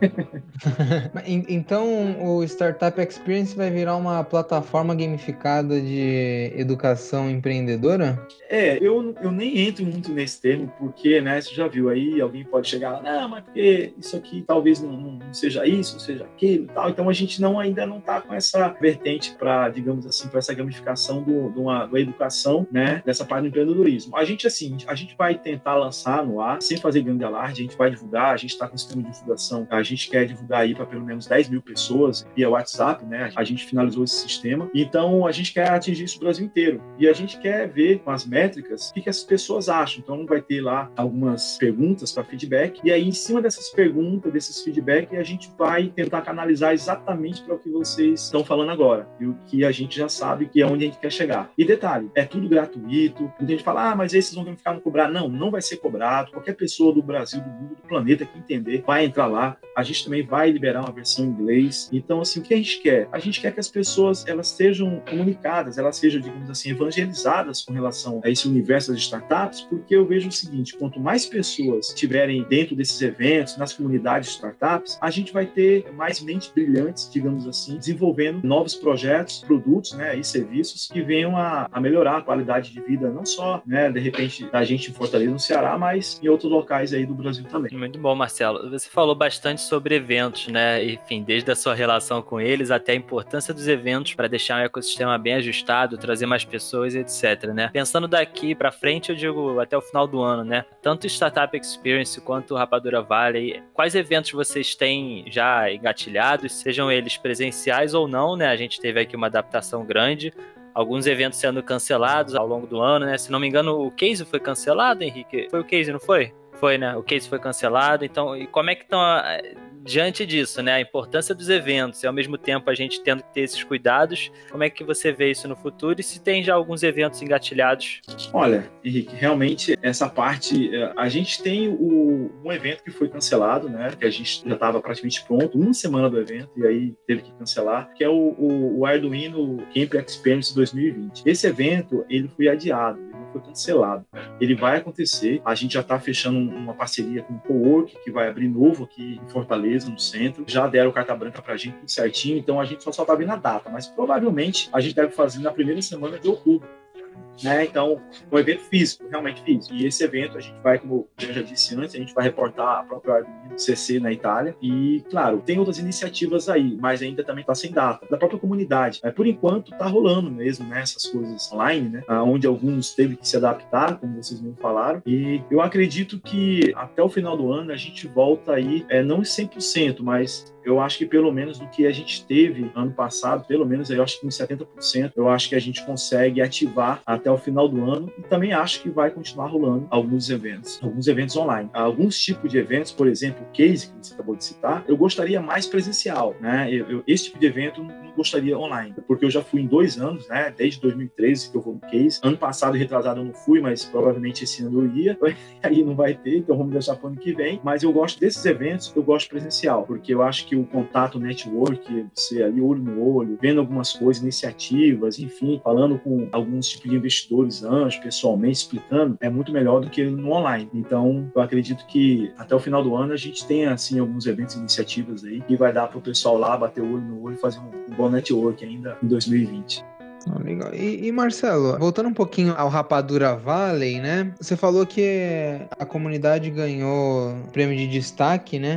Então, o Startup Experience vai virar uma plataforma gamificada de educação empreendedora? É, eu, eu nem entro muito nesse termo, porque, né, você já viu aí, alguém pode chegar lá, não, mas porque isso aqui talvez não, não seja isso, não seja aquilo e tal. Então, a gente não, ainda não está com essa vertente para, digamos assim, para essa gamificação do, do uma, da educação, né, dessa parte do empreendedorismo. A gente, assim, a gente vai tentar lançar no ar, sem fazer grande alarde, a gente vai divulgar, a gente está com um sistema de divulgação, a gente quer divulgar aí para pelo menos dez mil pessoas via WhatsApp, né, a gente finalizou esse sistema, então a gente quer atingir isso o Brasil inteiro, e a gente quer ver com as métricas o que, que as pessoas acham, então vai ter lá algumas perguntas para feedback, e aí em cima dessas perguntas, desses feedback, a gente vai tentar canalizar exatamente para o que vocês estão falando agora, e o que a gente já sabe que é onde a gente quer chegar. E detalhe, é tudo gratuito, muita gente fala, ah, mas esses vão ficar no cobrar. Não, não vai ser cobrado. Qualquer pessoa do Brasil, do mundo, do planeta que entender, vai entrar lá. A gente também vai liberar uma versão em inglês. Então, assim, o que a gente quer? A gente quer que as pessoas, elas sejam comunicadas, elas sejam, digamos assim, evangelizadas com relação a esse universo das startups, porque eu vejo o seguinte, quanto mais pessoas estiverem dentro desses eventos, nas comunidades de startups, a gente vai ter mais mentes brilhantes, digamos assim, desenvolvendo novos projetos, produtos, né, e serviços que venham a, a melhorar a qualidade de vida, não só, né, de repente, da gente em Fortaleza, no Ceará, mas em outros locais aí do Brasil também. Muito bom, Marcelo. Você falou bastante sobre eventos, né? Enfim, desde a sua relação com eles até a importância dos eventos para deixar um ecossistema bem ajustado, trazer mais pessoas, etcétera, né? Pensando daqui para frente, eu digo até o final do ano, né? Tanto o Startup Experience quanto o Rapadura Valley, quais eventos vocês têm já engatilhados, sejam eles presenciais ou não, né? A gente teve aqui uma adaptação grande, alguns eventos sendo cancelados ao longo do ano, né? Se não me engano, o Case foi cancelado, Henrique? Foi o Case, não foi? Foi, né? O Case foi cancelado. Então, e como é que estão diante disso, né? A importância dos eventos e, ao mesmo tempo, a gente tendo que ter esses cuidados. Como é que você vê isso no futuro? E se tem já alguns eventos engatilhados? Olha, Henrique, realmente, essa parte... A gente tem o, um evento que foi cancelado, né? Que a gente já estava praticamente pronto, uma semana do evento, e aí teve que cancelar, que é o, o, o Arduino Camp Experience dois mil e vinte. Esse evento, ele foi adiado. Ele foi cancelado. Ele vai acontecer, a gente já está fechando uma parceria com o Cowork, que vai abrir novo aqui em Fortaleza, no centro. Já deram carta branca pra gente, tudo certinho, então a gente só está vendo a data, mas provavelmente a gente deve fazer na primeira semana de outubro. Né? Então, um evento físico, realmente físico. E esse evento a gente vai, como eu já disse antes, a gente vai reportar a própria C C na Itália. E, claro, tem outras iniciativas aí, mas ainda também está sem data. Da própria comunidade. É, por enquanto, está rolando mesmo, né, essas coisas online, né? Onde alguns teve que se adaptar, como vocês mesmo falaram. E eu acredito que até o final do ano a gente volta aí, é, não cem por cento, mas eu acho que pelo menos do que a gente teve ano passado, pelo menos eu acho que uns setenta por cento, eu acho que a gente consegue ativar até o final do ano, e também acho que vai continuar rolando alguns eventos, alguns eventos online. Alguns tipos de eventos, por exemplo, o case que você acabou de citar, eu gostaria mais presencial, né? Eu, eu, esse tipo de evento não gostaria online, porque eu já fui em dois anos, né? Desde dois mil e treze que eu vou no case. Ano passado, retrasado, eu não fui, mas provavelmente esse ano eu ia. Aí não vai ter, então vamos deixar para o ano que vem. Mas eu gosto desses eventos, eu gosto presencial, porque eu acho que o contato, o network, você ali olho no olho, vendo algumas coisas, iniciativas, enfim, falando com alguns tipos de investidores anjos, pessoalmente, explicando, é muito melhor do que no online. Então, eu acredito que até o final do ano a gente tem, assim, alguns eventos e iniciativas aí que vai dar para o pessoal lá bater o olho no olho e fazer um, um bom network ainda em dois mil e vinte. Oh, legal. E, e Marcelo, voltando um pouquinho ao Rapadura Valley, né? Você falou que a comunidade ganhou prêmio de destaque, né?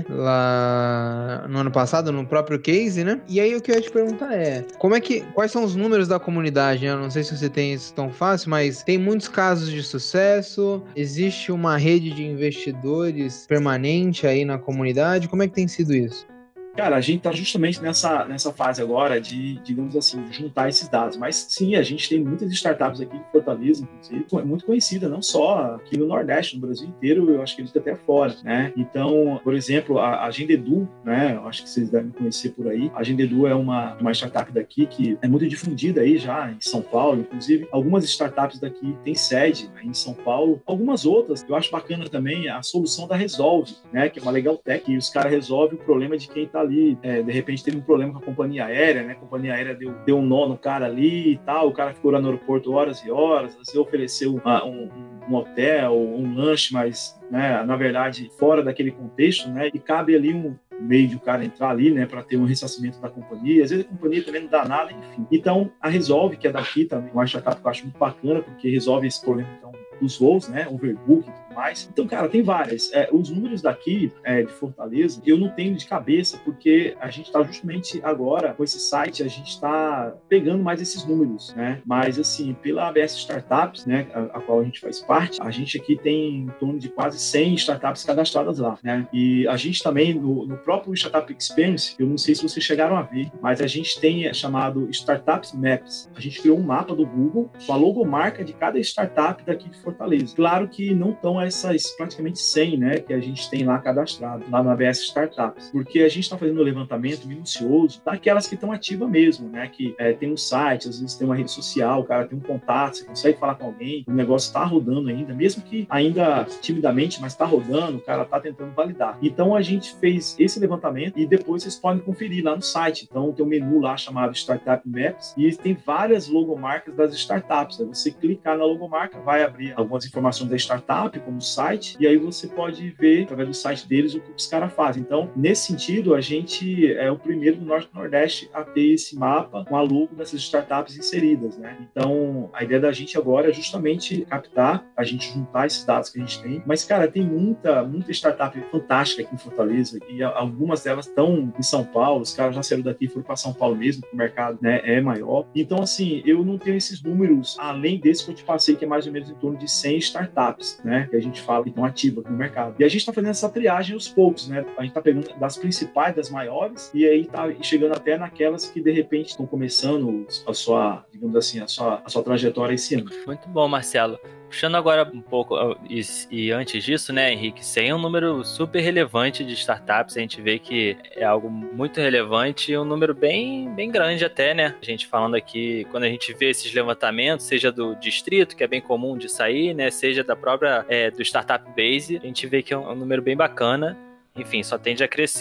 Lá no ano passado, no próprio case, né? E aí o que eu ia te perguntar é, como é que, quais são os números da comunidade, né? Eu não sei se você tem isso tão fácil, mas tem muitos casos de sucesso, existe uma rede de investidores permanente aí na comunidade. Como é que tem sido isso? Cara, a gente está justamente nessa, nessa fase agora de, digamos assim, juntar esses dados. Mas sim, a gente tem muitas startups aqui de Fortaleza, inclusive, muito conhecida, não só aqui no Nordeste, no Brasil inteiro, eu acho que eles até fora, né? Então, por exemplo, a Agendedu, né? Eu acho que vocês devem conhecer por aí. A Agendedu é uma, uma startup daqui que é muito difundida aí já em São Paulo, inclusive. Algumas startups daqui têm sede aí em São Paulo. Algumas outras, eu acho bacana também a solução da Resolve, né? Que é uma legal tech, e os caras resolvem o problema de quem está ali, é, de repente teve um problema com a companhia aérea, né? A companhia aérea deu, deu um nó no cara ali e tal, o cara ficou lá no aeroporto horas e horas, você ofereceu uma, um, um hotel, um lanche, mas, né, na verdade, fora daquele contexto, né? E cabe ali um meio de o cara entrar ali, né, para ter um ressarcimento da companhia. Às vezes a companhia também não dá nada, enfim. Então, a Resolve, que é daqui também, eu acho que eu acho muito bacana, porque resolve esse problema, então, dos voos, né, overbooking e tudo mais. Então, cara, tem várias. É, os números daqui, é, de Fortaleza, eu não tenho de cabeça, porque a gente está justamente agora, com esse site, a gente está pegando mais esses números, né? Mas, assim, pela A B S Startups, né, a, a qual a gente faz parte, a gente aqui tem em torno de quase cem startups cadastradas lá, né? E a gente também, no, no próprio Startup Experience, eu não sei se vocês chegaram a ver, mas a gente tem é, chamado Startups Maps. A gente criou um mapa do Google com a logomarca de cada startup daqui de Fortaleza. Claro que não estão essas praticamente cem, né, que a gente tem lá cadastrado, lá no A B S Startups, porque a gente está fazendo um levantamento minucioso daquelas que estão ativas mesmo, né, que é, tem um site, às vezes tem uma rede social, o cara tem um contato, você consegue falar com alguém, o negócio está rodando ainda, mesmo que ainda timidamente, mas está rodando, o cara está tentando validar. Então a gente fez esse levantamento e depois vocês podem conferir lá no site. Então tem um menu lá chamado Startup Maps e tem várias logomarcas das startups. É você clicar na logomarca, vai abrir algumas informações da startup, como o site, e aí você pode ver, através do site deles, o que os caras fazem. Então, nesse sentido, a gente é o primeiro do Norte e Nordeste a ter esse mapa com a logo dessas startups inseridas, né? Então, a ideia da gente agora é justamente captar, a gente juntar esses dados que a gente tem. Mas, cara, tem muita, muita startup fantástica aqui em Fortaleza, e algumas delas estão em São Paulo, os caras já saíram daqui e foram para São Paulo mesmo, porque o mercado, né, é maior. Então, assim, eu não tenho esses números, além desse que eu te passei, que é mais ou menos em torno de cem startups, né, que a gente fala que estão ativas no mercado. E a gente está fazendo essa triagem aos poucos, né? A gente está pegando das principais, das maiores, e aí está chegando até naquelas que, de repente, estão começando a sua, digamos assim, a sua, a sua trajetória esse ano. Muito bom, Marcelo. Puxando agora um pouco, e, e antes disso, né, Henrique, cem é um número super relevante de startups, a gente vê que é algo muito relevante e um número bem, bem grande até, né? A gente falando aqui, quando a gente vê esses levantamentos, seja do distrito, que é bem comum de sair, né, seja da própria, é, do Startup Base, a gente vê que é um, um número bem bacana. Enfim, só tende a crescer, né?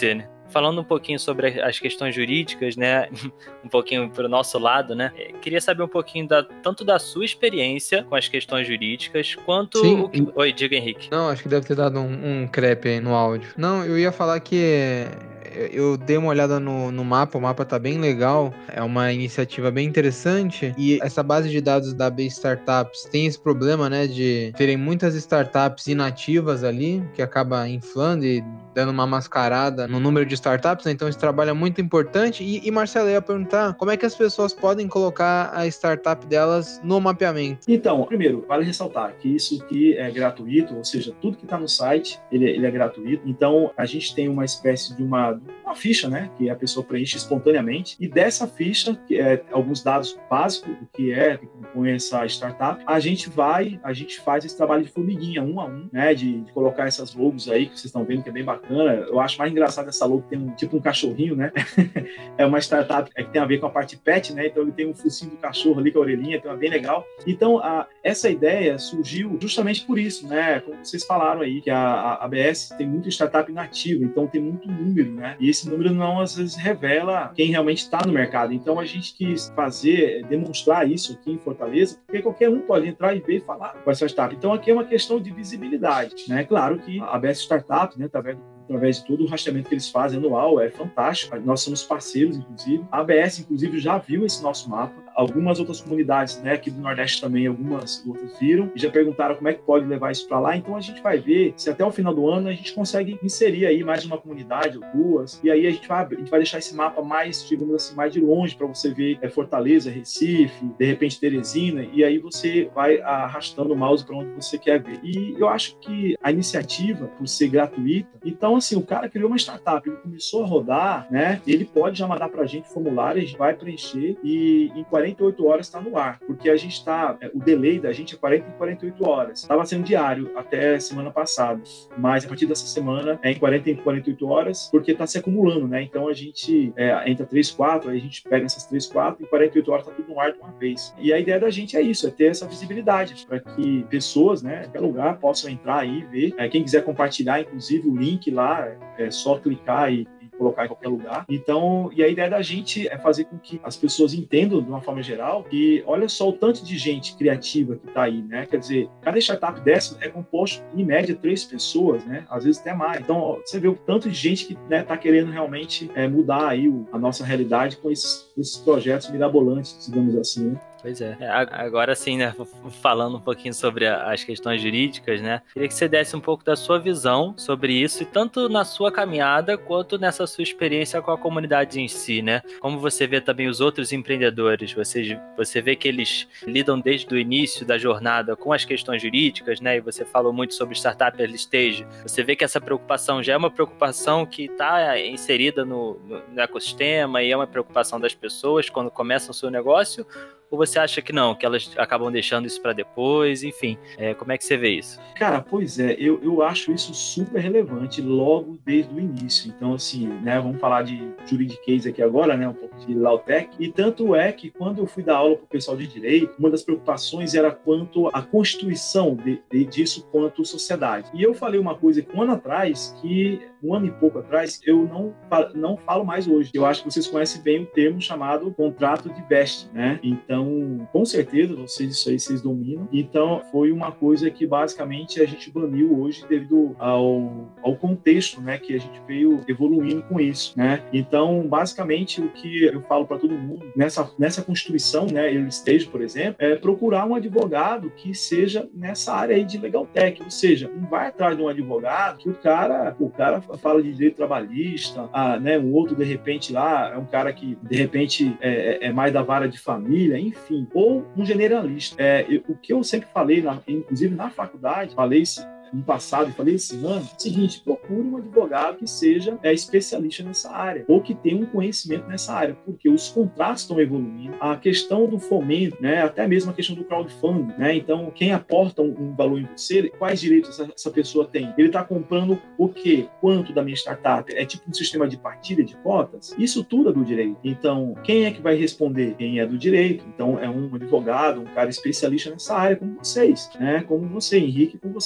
Falando um pouquinho sobre as questões jurídicas, né, um pouquinho para o nosso lado, né, queria saber um pouquinho da, tanto da sua experiência com as questões jurídicas, quanto Sim. o que... Oi, diga, Henrique. Não, acho que deve ter dado um, um crepe aí no áudio. Não, eu ia falar que eu dei uma olhada no, no mapa, o mapa tá bem legal, é uma iniciativa bem interessante, e essa base de dados da B Startups tem esse problema, né, de terem muitas startups inativas ali, que acaba inflando e dando uma mascarada no número de startups, né? Então esse trabalho é muito importante. E, e Marcelo, eu ia perguntar como é que as pessoas podem colocar a startup delas no mapeamento? Então, primeiro, vale ressaltar que isso aqui é gratuito, ou seja, tudo que está no site, ele, ele é gratuito. Então, a gente tem uma espécie de uma, uma ficha, né, que a pessoa preenche espontaneamente, e dessa ficha, que é alguns dados básicos do que é, que compõe essa startup, a gente vai, a gente faz esse trabalho de formiguinha, um a um, né, de, de colocar essas logos aí, que vocês estão vendo, que é bem bacana. Eu acho mais engraçado essa logo, tem um tipo um cachorrinho, né? É uma startup que tem a ver com a parte pet, né? Então ele tem um focinho do cachorro ali com a orelhinha, então é bem legal. Então a, essa ideia surgiu justamente por isso, né? Como vocês falaram aí, que a, a A B S tem muita startup nativa, então tem muito número, né? E esse número não às vezes revela quem realmente está no mercado. Então a gente quis fazer, demonstrar isso aqui em Fortaleza, porque qualquer um pode entrar e ver e falar com essa startup. Então aqui é uma questão de visibilidade, né? Claro que a A B S Startup, né? Tá vendo? Através de todo o rastreamento que eles fazem anual, é fantástico. Nós somos parceiros, inclusive. A A B S, inclusive, já viu esse nosso mapa. Algumas outras comunidades, né, aqui do Nordeste também, algumas outras viram e já perguntaram como é que pode levar isso para lá. Então, a gente vai ver se até o final do ano a gente consegue inserir aí mais uma comunidade ou duas. E aí a gente vai, a gente vai deixar esse mapa mais, digamos assim, mais de longe para você ver é, Fortaleza, Recife, de repente Teresina. E aí você vai arrastando o mouse para onde você quer ver. E eu acho que a iniciativa, por ser gratuita, então, assim, o cara criou uma startup, ele começou a rodar, né? Ele pode já mandar para a gente formulário, a gente vai preencher e em quarenta e oito horas está no ar, porque a gente está, o delay da gente é quarenta e quarenta e oito horas. Estava sendo diário até semana passada, mas a partir dessa semana é em quarenta e quarenta e oito horas, porque está se acumulando, né? Então a gente é, entra três, quatro, aí a gente pega essas três, quatro, e em quarenta e oito horas está tudo no ar de uma vez. E a ideia da gente é isso, é ter essa visibilidade para que pessoas, né, em qualquer lugar possam entrar aí e ver. É, quem quiser compartilhar, inclusive, o link lá, é só clicar e colocar em qualquer lugar. Então, e a ideia da gente é fazer com que as pessoas entendam, de uma forma geral, que olha só o tanto de gente criativa que está aí, né? Quer dizer, cada startup dessa é composto, em média, três pessoas, né? Às vezes até mais. Então, você vê o tanto de gente que está, né, querendo realmente é, mudar aí o, a nossa realidade com esses, esses projetos mirabolantes, digamos assim, né? Pois é. Agora sim, né, falando um pouquinho sobre as questões jurídicas, né, queria que você desse um pouco da sua visão sobre isso, e tanto na sua caminhada, quanto nessa sua experiência com a comunidade em si, né? Como você vê também os outros empreendedores, você, você vê que eles lidam desde o início da jornada com as questões jurídicas, né, e você falou muito sobre startup early stage, você vê que essa preocupação já é uma preocupação que está inserida no, no, no ecossistema, e é uma preocupação das pessoas quando começam o seu negócio, ou você acha que não, que elas acabam deixando isso para depois, enfim, é, como é que você vê isso? Cara, pois é, eu, eu acho isso super relevante logo desde o início. Então, assim, né, vamos falar de juridiquês aqui agora, né, um pouco de Lautec, e tanto é que quando eu fui dar aula para o pessoal de direito, uma das preocupações era quanto à constituição de, de, disso quanto sociedade. E eu falei uma coisa que um ano atrás, que um ano e pouco atrás, eu não, não falo mais hoje. Eu acho que vocês conhecem bem o termo chamado contrato de vesting, né? Então, com certeza, vocês, isso aí vocês dominam. Então, foi uma coisa que basicamente a gente baniu hoje devido ao, ao contexto, né, que a gente veio evoluindo com isso, né? Então, basicamente, o que eu falo para todo mundo nessa, nessa constituição, né, early stage, por exemplo, é procurar um advogado que seja nessa área aí de legal tech, ou seja, não vai atrás de um advogado que o cara, o cara fala de direito trabalhista, ah, né, um outro de repente lá é um cara que de repente é, é mais da vara de família, enfim, ou um generalista. É, eu, o que eu sempre falei, na, inclusive na faculdade, falei no passado e falei esse ano, é o seguinte, procure um advogado que seja é, especialista nessa área, ou que tenha um conhecimento nessa área, porque os contratos estão evoluindo, a questão do fomento, né, até mesmo a questão do crowdfunding, né, então quem aporta um, um valor em você, quais direitos essa, essa pessoa tem? Ele está comprando o quê? Quanto da minha startup? É tipo um sistema de partilha de cotas? Isso tudo é do direito. Então, quem é que vai responder? Quem é do direito? Então, é um advogado, um cara especialista nessa área, como vocês, né, como você, Henrique, como você, Lucas.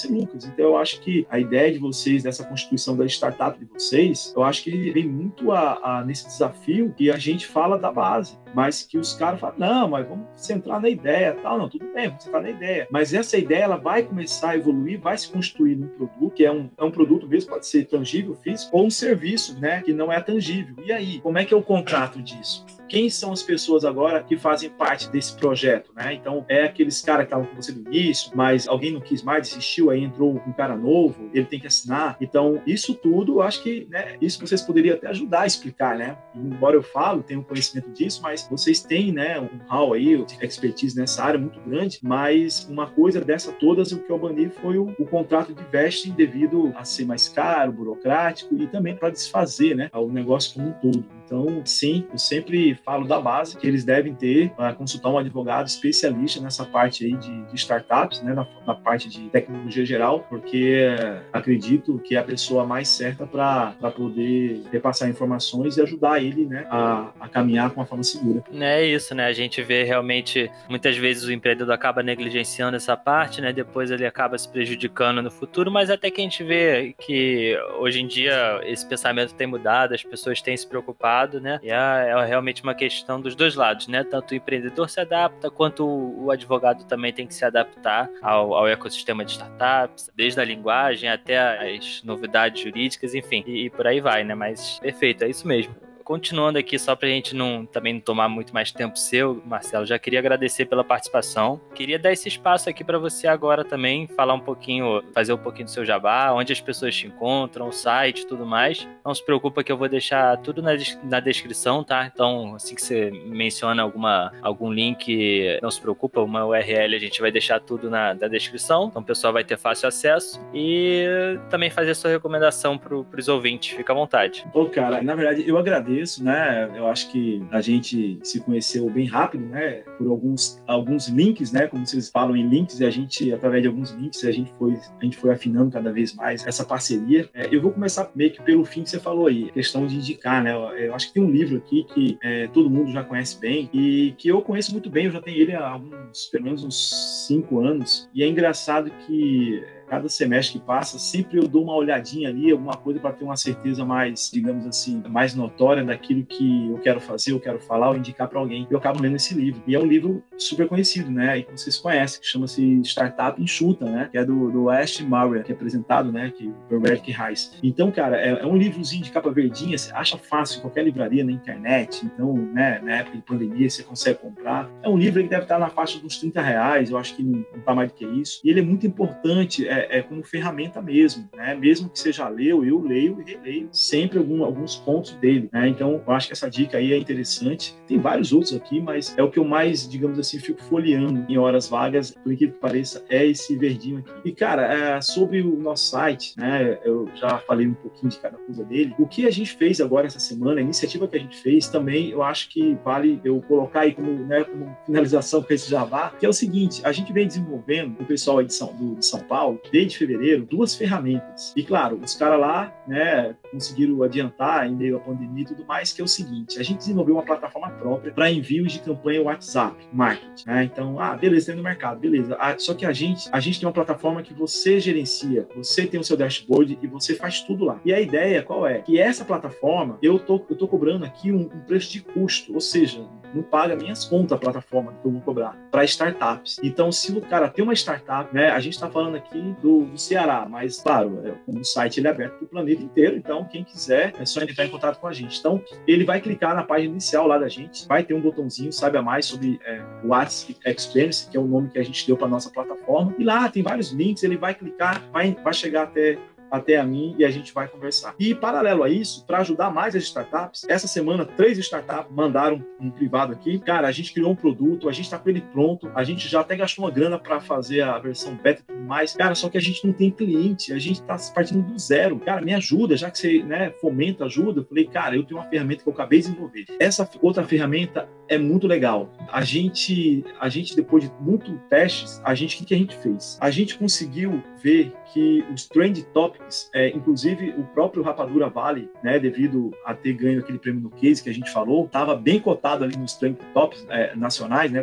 Então, eu acho que a ideia de vocês, dessa constituição da startup de vocês, eu acho que vem muito a, a, nesse desafio que a gente fala da base, mas que os caras falam, não, mas vamos centrar na ideia, tal, não, tudo bem, vamos centrar na ideia. Mas essa ideia, ela vai começar a evoluir, vai se construir num produto, que é um, é um produto mesmo, pode ser tangível, físico, ou um serviço, né, que não é tangível. E aí, como é que é o contrato disso? Quem são as pessoas agora que fazem parte desse projeto, né? Então, é aqueles caras que estavam com você no início, mas alguém não quis mais, desistiu, aí entrou um cara novo, ele tem que assinar. Então, isso tudo, eu acho que, né, isso vocês poderiam até ajudar a explicar, né? Embora eu falo, tenho conhecimento disso, mas vocês têm, né, um know-how aí, expertise nessa área muito grande, mas uma coisa dessa todas, o que eu bani foi o, o contrato de vesting devido a ser mais caro, burocrático e também para desfazer, né, o negócio como um todo. Então, sim, eu sempre falo da base que eles devem ter para consultar um advogado especialista nessa parte aí de, de startups, né, na, na parte de tecnologia geral, porque acredito que é a pessoa mais certa para poder repassar informações e ajudar ele, né, a, a caminhar com uma forma segura. É isso, né? A gente vê realmente, muitas vezes o empreendedor acaba negligenciando essa parte, né? Depois ele acaba se prejudicando no futuro, mas até que a gente vê que hoje em dia esse pensamento tem mudado, as pessoas têm se preocupado, né? E é, é realmente uma questão dos dois lados, né? Tanto o empreendedor se adapta, quanto o, o advogado também tem que se adaptar ao, ao ecossistema de startups, desde a linguagem até as novidades jurídicas, enfim, e, e por aí vai, né? Mas perfeito, é isso mesmo. Continuando aqui, só pra gente não, também não tomar muito mais tempo seu, Marcelo, já queria agradecer pela participação. Queria dar esse espaço aqui para você agora também, falar um pouquinho, fazer um pouquinho do seu jabá, onde as pessoas te encontram, o site e tudo mais. Não se preocupa que eu vou deixar tudo na, na descrição, tá? Então, assim que você menciona alguma, algum link, não se preocupa, uma U R L a gente vai deixar tudo na, na descrição, então o pessoal vai ter fácil acesso. E também fazer a sua recomendação pro, pros ouvintes, fica à vontade. Pô, cara, na verdade, eu agradeço. Isso, né? Eu acho que a gente se conheceu bem rápido, né? Por alguns, alguns links, né? Como vocês falam em links, e a gente, através de alguns links, a gente foi, a gente foi afinando cada vez mais essa parceria. É, eu vou começar meio que pelo fim que você falou aí, questão de indicar, né? Eu, eu acho que tem um livro aqui que é, todo mundo já conhece bem e que eu conheço muito bem, eu já tenho ele há alguns, pelo menos uns cinco anos, e é engraçado que cada semestre que passa, sempre eu dou uma olhadinha ali, alguma coisa para ter uma certeza mais, digamos assim, mais notória daquilo que eu quero fazer, eu quero falar, ou indicar para alguém. Eu acabo lendo esse livro. E é um livro super conhecido, né? E que vocês conhecem, que chama-se Startup Enxuta, né? Que é do, do Ash Maurya, que é apresentado, né? Que é o Eric Rice. Então, cara, é, é um livrozinho de capa verdinha, você acha fácil em qualquer livraria na internet. Então, né, na época de pandemia, você consegue comprar. É um livro que deve estar na faixa dos trinta reais, eu acho que não, não tá mais do que isso. E ele é muito importante, é, é como ferramenta mesmo, né? Mesmo que você já leu, eu leio e releio sempre algum, alguns pontos dele, né? Então, eu acho que essa dica aí é interessante. Tem vários outros aqui, mas é o que eu mais, digamos assim, fico folheando em horas vagas, por incrível que pareça, é esse verdinho aqui. E, cara, é, sobre o nosso site, né? Eu já falei um pouquinho de cada coisa dele. O que a gente fez agora essa semana, a iniciativa que a gente fez, também eu acho que vale eu colocar aí como, né, como finalização para esse jabá, que é o seguinte, a gente vem desenvolvendo com o pessoal aí de São, do, de São Paulo, desde fevereiro, duas ferramentas. E claro, os caras lá, né, conseguiram adiantar em meio à pandemia e tudo mais, que é o seguinte, a gente desenvolveu uma plataforma própria para envios de campanha WhatsApp, marketing, né? Então, ah, beleza, tem no mercado, beleza. Ah, só que a gente, a gente tem uma plataforma que você gerencia, você tem o seu dashboard e você faz tudo lá. E a ideia qual é? Que essa plataforma, eu tô, eu tô cobrando aqui um, um preço de custo, ou seja, não paga minhas contas a plataforma que eu vou cobrar para startups. Então, se o cara tem uma startup, né, a gente está falando aqui do, do Ceará, mas, claro, é, como o site ele é aberto para o planeta inteiro, então, quem quiser, é só entrar em contato com a gente. Então, ele vai clicar na página inicial lá da gente, vai ter um botãozinho, saiba mais sobre é, o WhatsApp Experience, que é o nome que a gente deu para nossa plataforma, e lá tem vários links, ele vai clicar, vai, vai chegar até até a mim e a gente vai conversar. E paralelo a isso, para ajudar mais as startups, essa semana três startups mandaram um privado aqui. Cara, a gente criou um produto, a gente está com ele pronto, a gente já até gastou uma grana para fazer a versão beta e tudo mais. Cara, só que a gente não tem cliente, a gente está partindo do zero. Cara, me ajuda, já que você, né, fomenta, ajuda. Eu falei, cara, eu tenho uma ferramenta que eu acabei de desenvolver. Essa outra ferramenta é muito legal. A gente, a gente depois de muitos testes, a gente, o que, que a gente fez? A gente conseguiu ver que os Trend Topics, é, inclusive o próprio Rapadura Valley, né, devido a ter ganho aquele prêmio no Case que a gente falou, estava bem cotado ali nos Trend Topics é, nacionais, né, como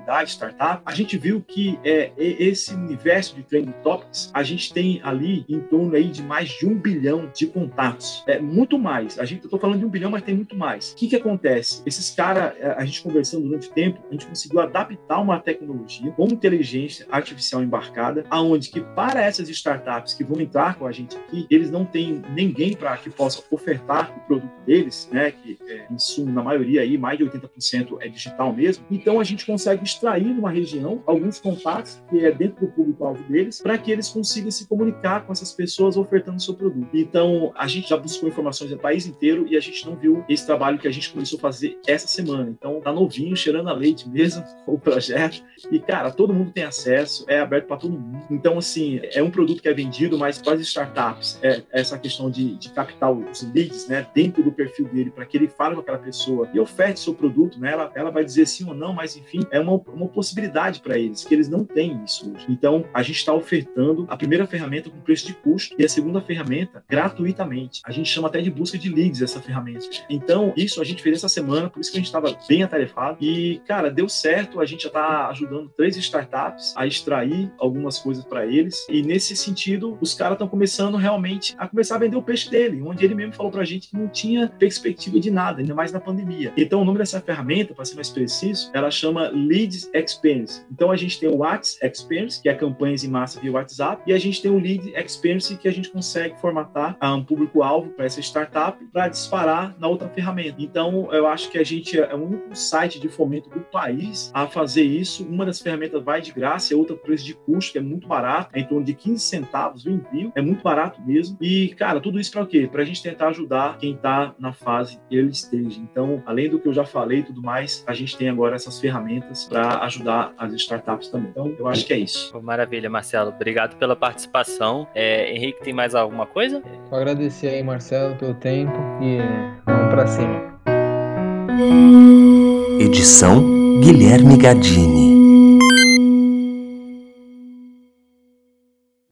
comunidade startup, a gente viu que é, esse universo de Trending Topics, a gente tem ali em torno aí de mais de um bilhão de contatos. É muito mais. A gente, eu tô falando de um bilhão, mas tem muito mais. O que que acontece? Esses caras, a gente conversando durante o tempo, a gente conseguiu adaptar uma tecnologia com inteligência artificial embarcada, aonde que para essas startups que vão entrar com a gente aqui, eles não têm ninguém para que possa ofertar o produto deles, né? Que é, em suma, na maioria aí, mais de oitenta por cento é digital mesmo. Então a gente consegue extrair numa região alguns contatos que é dentro do público-alvo deles, para que eles consigam se comunicar com essas pessoas ofertando o seu produto. Então a gente já buscou informações do país inteiro e a gente não viu esse trabalho que a gente começou a fazer essa semana. Então tá novinho, cheirando a leite mesmo, o projeto. E cara, todo mundo tem acesso, é aberto para todo mundo. Então assim, é um produto que é vendido, mas para as startups, é essa questão de, de captar os leads, né, dentro do perfil dele, para que ele fale com aquela pessoa e oferte seu produto, né, ela, ela vai dizer sim ou não, mas enfim, é uma, uma possibilidade para eles, que eles não têm isso hoje. Então, a gente está ofertando a primeira ferramenta com preço de custo e a segunda ferramenta gratuitamente. A gente chama até de busca de leads essa ferramenta. Então, isso a gente fez essa semana, por isso que a gente estava bem atarefado e, cara, deu certo, a gente já está ajudando três startups a extrair algumas coisas para eles e, nesse sentido, os caras estão começando realmente a começar a vender o peixe dele, onde ele mesmo falou pra gente que não tinha perspectiva de nada, ainda mais na pandemia. Então, o nome dessa ferramenta, para ser mais preciso, ela chama Lead Experience. Então, a gente tem o WhatsApp Experience, que é campanhas em massa via WhatsApp, e a gente tem o Lead Experience, que a gente consegue formatar um público-alvo para essa startup para disparar na outra ferramenta. Então, eu acho que a gente é o único site de fomento do país a fazer isso. Uma das ferramentas vai de graça, e a outra preço de custo, que é muito barato, é em torno de quinze centavos o envio, é muito barato mesmo. E, cara, tudo isso para o quê? Para a gente tentar ajudar quem está na fase early stage. Então, além do que eu já falei e tudo mais, a gente tem agora essas ferramentas para ajudar as startups também. Então, eu acho que é isso. Maravilha, Marcelo. Obrigado pela participação. É, Henrique, tem mais alguma coisa? Vou agradecer aí, Marcelo, pelo tempo e vamos para cima. Edição Guilherme Gadini.